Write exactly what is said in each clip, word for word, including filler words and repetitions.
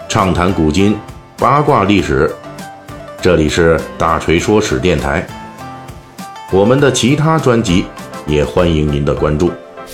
畅谈古今，八卦历史。这里是大锤说史电台。我们的其他专辑也欢迎您的关注。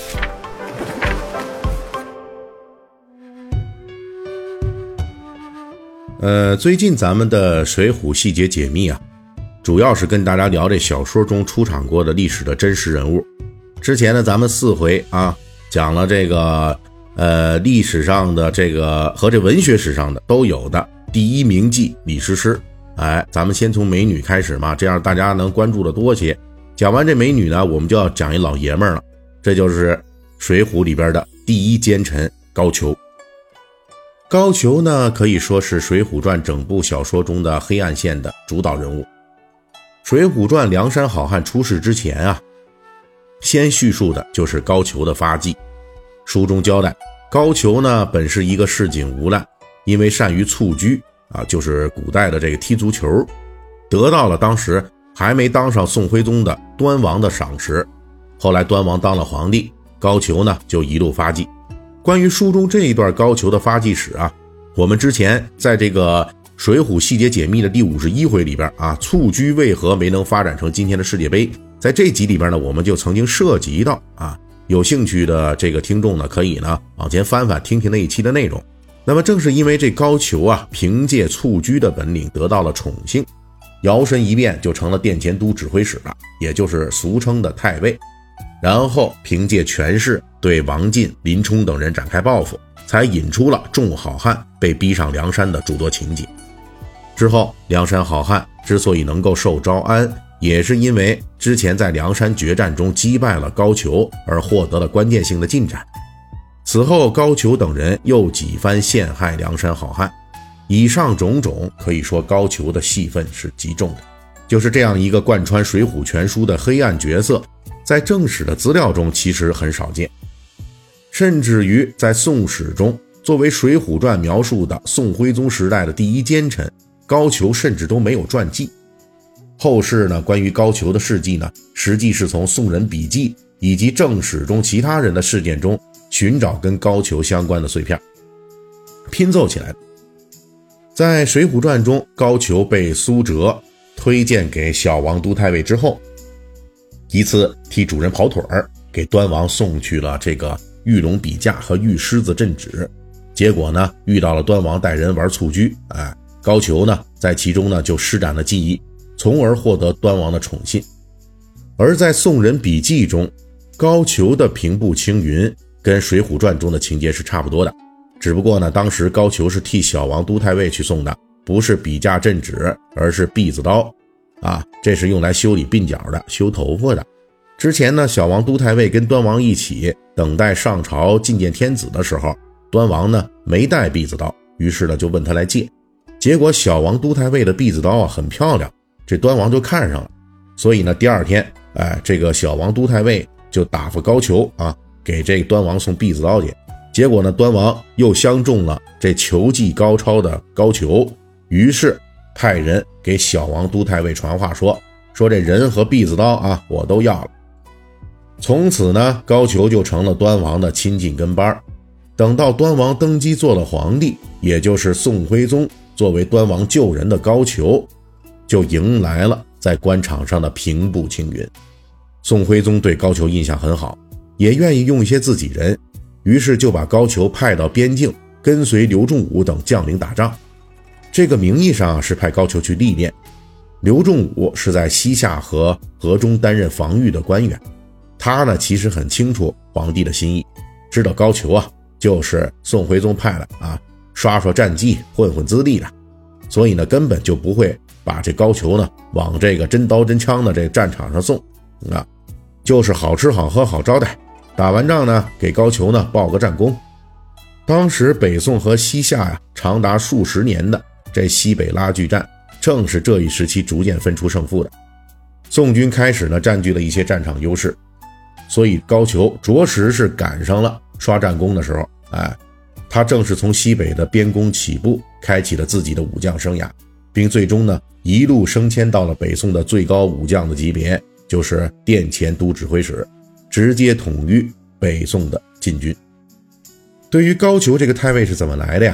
呃，最近咱们的水浒细节解密啊，主要是跟大家聊这小说中出场过的历史的真实人物。之前呢，咱们四回啊讲了这个呃历史上的这个和这文学史上的都有的第一名妓李师师。哎，咱们先从美女开始嘛，这样大家能关注的多些。讲完这美女呢，我们就要讲一老爷们儿了，这就是水浒里边的第一奸臣高俅。高俅呢，可以说是水浒传整部小说中的黑暗线的主导人物。水浒传梁山好汉出世之前啊，先叙述的就是高俅的发迹。书中交代，高俅呢本是一个市井无赖，因为善于蹴鞠啊，就是古代的这个踢足球，得到了当时还没当上宋徽宗的端王的赏识。后来端王当了皇帝，高俅呢就一路发迹。关于书中这一段高俅的发迹史啊，我们之前在这个水浒细节解密的第五十一回里边啊，蹴鞠为何没能发展成今天的世界杯，在这集里边呢，我们就曾经涉及到啊，有兴趣的这个听众呢，可以呢往前翻翻听听那一期的内容。那么正是因为这高俅啊，凭借蹴鞠的本领得到了宠幸，摇身一变就成了殿前都指挥使了，也就是俗称的太尉。然后凭借权势对王进、林冲等人展开报复，才引出了众好汉被逼上梁山的诸多情节。之后梁山好汉之所以能够受招安，也是因为之前在梁山决战中击败了高俅而获得了关键性的进展。此后高俅等人又几番陷害梁山好汉，以上种种可以说高俅的戏份是极重的。就是这样一个贯穿水浒全书的黑暗角色，在正史的资料中其实很少见，甚至于在宋史中，作为水浒传描述的宋徽宗时代的第一奸臣高俅甚至都没有传记。后世呢，关于高俅的事迹呢，实际是从宋人笔记以及正史中其他人的事件中寻找跟高俅相关的碎片拼凑起来的。在水浒传中，高俅被苏辙推荐给小王都太尉之后，一次替主人跑腿儿，给端王送去了这个玉龙笔架和玉狮子镇纸。结果呢，遇到了端王带人玩蹴鞠，哎，高俅呢在其中呢就施展了技艺，从而获得端王的宠信。而在宋人笔记中，高俅的平步青云跟水浒传中的情节是差不多的，只不过呢，当时高俅是替小王都太尉去送的，不是笔架镇纸，而是篦子刀啊，这是用来修理鬓角的，修头发的。之前呢，小王都太尉跟端王一起等待上朝觐见天子的时候，端王呢没带篦子刀，于是呢就问他来借。结果小王都太尉的篦子刀啊很漂亮，这端王就看上了，所以呢第二天，哎，这个小王都太尉就打发高俅啊，给这端王送篦子刀去。结果呢，端王又相中了这球技高超的高俅，于是派人给小王都太尉传话说，说这人和篦子刀啊，我都要了。从此呢，高俅就成了端王的亲近跟班。等到端王登基做了皇帝，也就是宋徽宗，作为端王旧人的高俅，就迎来了在官场上的平步青云。宋徽宗对高俅印象很好，也愿意用一些自己人，于是就把高俅派到边境，跟随刘仲武等将领打仗。这个名义上是派高俅去历练，刘仲武是在西夏和河中担任防御的官员。他呢其实很清楚皇帝的心意，知道高俅啊就是宋徽宗派来啊刷刷战绩混混资历的，所以呢根本就不会把这高俅呢往这个真刀真枪的这个战场上送啊，就是好吃好喝好招待，打完仗呢给高俅呢报个战功。当时北宋和西夏呀、啊、长达数十年的这西北拉锯战，正是这一时期逐渐分出胜负的。宋军开始呢占据了一些战场优势，所以高俅着实是赶上了刷战功的时候。哎，他正是从西北的边功起步，开启了自己的武将生涯，并最终呢一路升迁到了北宋的最高武将的级别，就是殿前都指挥使，直接统御北宋的禁军。对于高俅这个太尉是怎么来的呀？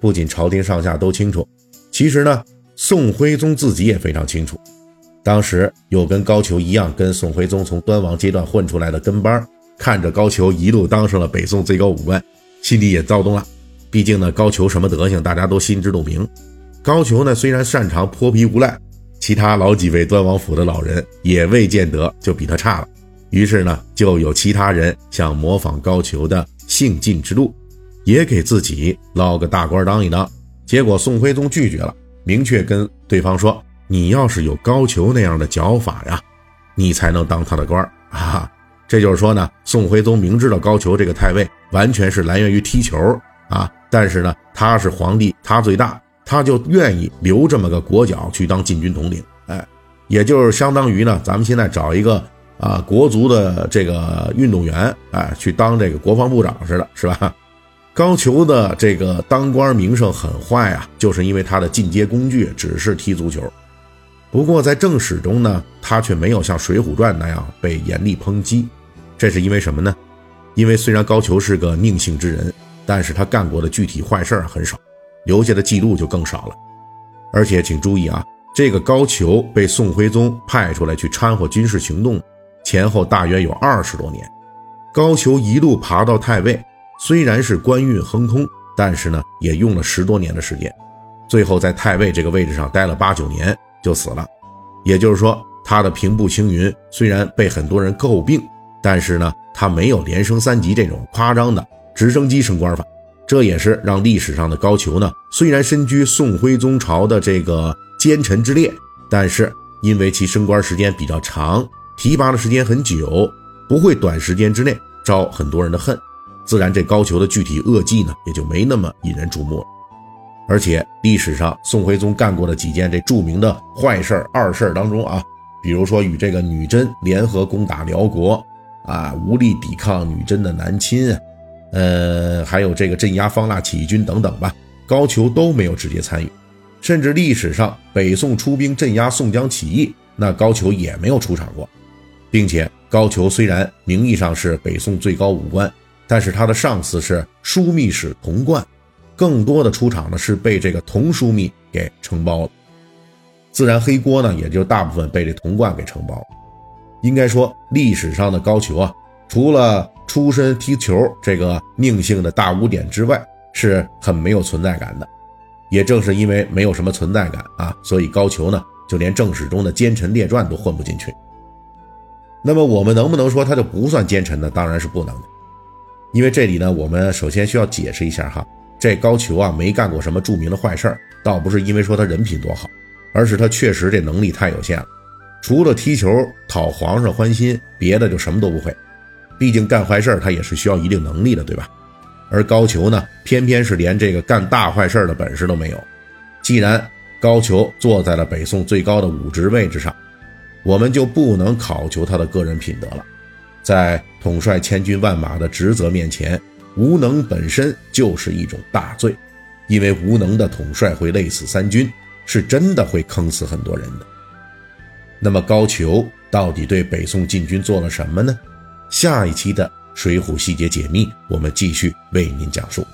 不仅朝廷上下都清楚，其实呢，宋徽宗自己也非常清楚。当时有跟高俅一样跟宋徽宗从端王阶段混出来的跟班，看着高俅一路当上了北宋最高武官，心里也躁动了。毕竟呢，高俅什么德行大家都心知肚明。高俅呢虽然擅长泼皮无赖，其他老几位端王府的老人也未见得就比他差了。于是呢，就有其他人想模仿高俅的幸进之路，也给自己捞个大官当一当。结果宋徽宗拒绝了，明确跟对方说，你要是有高俅那样的脚法呀，你才能当他的官啊。这就是说呢，宋徽宗明知道高俅这个太尉完全是来源于踢球啊，但是呢，他是皇帝，他最大，他就愿意留这么个国脚去当禁军统领。哎，也就是相当于呢，咱们现在找一个啊国足的这个运动员，哎，去当这个国防部长似的，是吧？高俅的这个当官名声很坏啊，就是因为他的进阶工具只是踢足球。不过在正史中呢，他却没有像《水浒传》那样被严厉抨击。这是因为什么呢？因为虽然高俅是个佞幸之人，但是他干过的具体坏事很少，留下的记录就更少了。而且请注意啊，这个高俅被宋徽宗派出来去掺和军事行动，前后大约有二十多年。高俅一路爬到太尉，虽然是官运亨通，但是呢，也用了十多年的时间，最后在太尉这个位置上待了八九年就死了。也就是说，他的平步青云虽然被很多人诟病，但是呢，他没有连升三级这种夸张的直升机升官法。这也是让历史上的高俅呢，虽然身居宋徽宗朝的这个奸臣之列，但是因为其升官时间比较长，提拔的时间很久，不会短时间之内招很多人的恨，自然这高俅的具体恶迹呢，也就没那么引人注目了。而且历史上宋徽宗干过的几件这著名的坏事二事当中啊，比如说与这个女真联合攻打辽国啊，无力抵抗女真的南侵，呃，还有这个镇压方腊起义军等等吧，高俅都没有直接参与。甚至历史上北宋出兵镇压宋江起义，那高俅也没有出场过。并且高俅虽然名义上是北宋最高武官，但是他的上司是枢密使童贯，更多的出场呢是被这个童枢密给承包了。自然黑锅呢也就大部分被这童贯给承包了。应该说历史上的高俅啊，除了出身踢球这个佞幸的大污点之外，是很没有存在感的。也正是因为没有什么存在感啊，所以高俅呢就连正史中的奸臣列传都混不进去。那么我们能不能说他就不算奸臣呢？当然是不能的。因为这里呢，我们首先需要解释一下哈，这高俅啊没干过什么著名的坏事，倒不是因为说他人品多好，而是他确实这能力太有限了，除了踢球讨皇上欢心，别的就什么都不会。毕竟干坏事他也是需要一定能力的，对吧？而高俅呢，偏偏是连这个干大坏事的本事都没有。既然高俅坐在了北宋最高的武职位置上，我们就不能考究他的个人品德了。在统帅千军万马的职责面前，无能本身就是一种大罪，因为无能的统帅会累死三军，是真的会坑死很多人的。那么高俅到底对北宋禁军做了什么呢？下一期的水浒细节解密，我们继续为您讲述。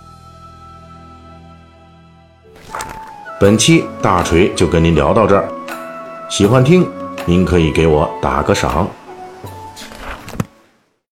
本期大锤就跟您聊到这儿，喜欢听您可以给我打个赏。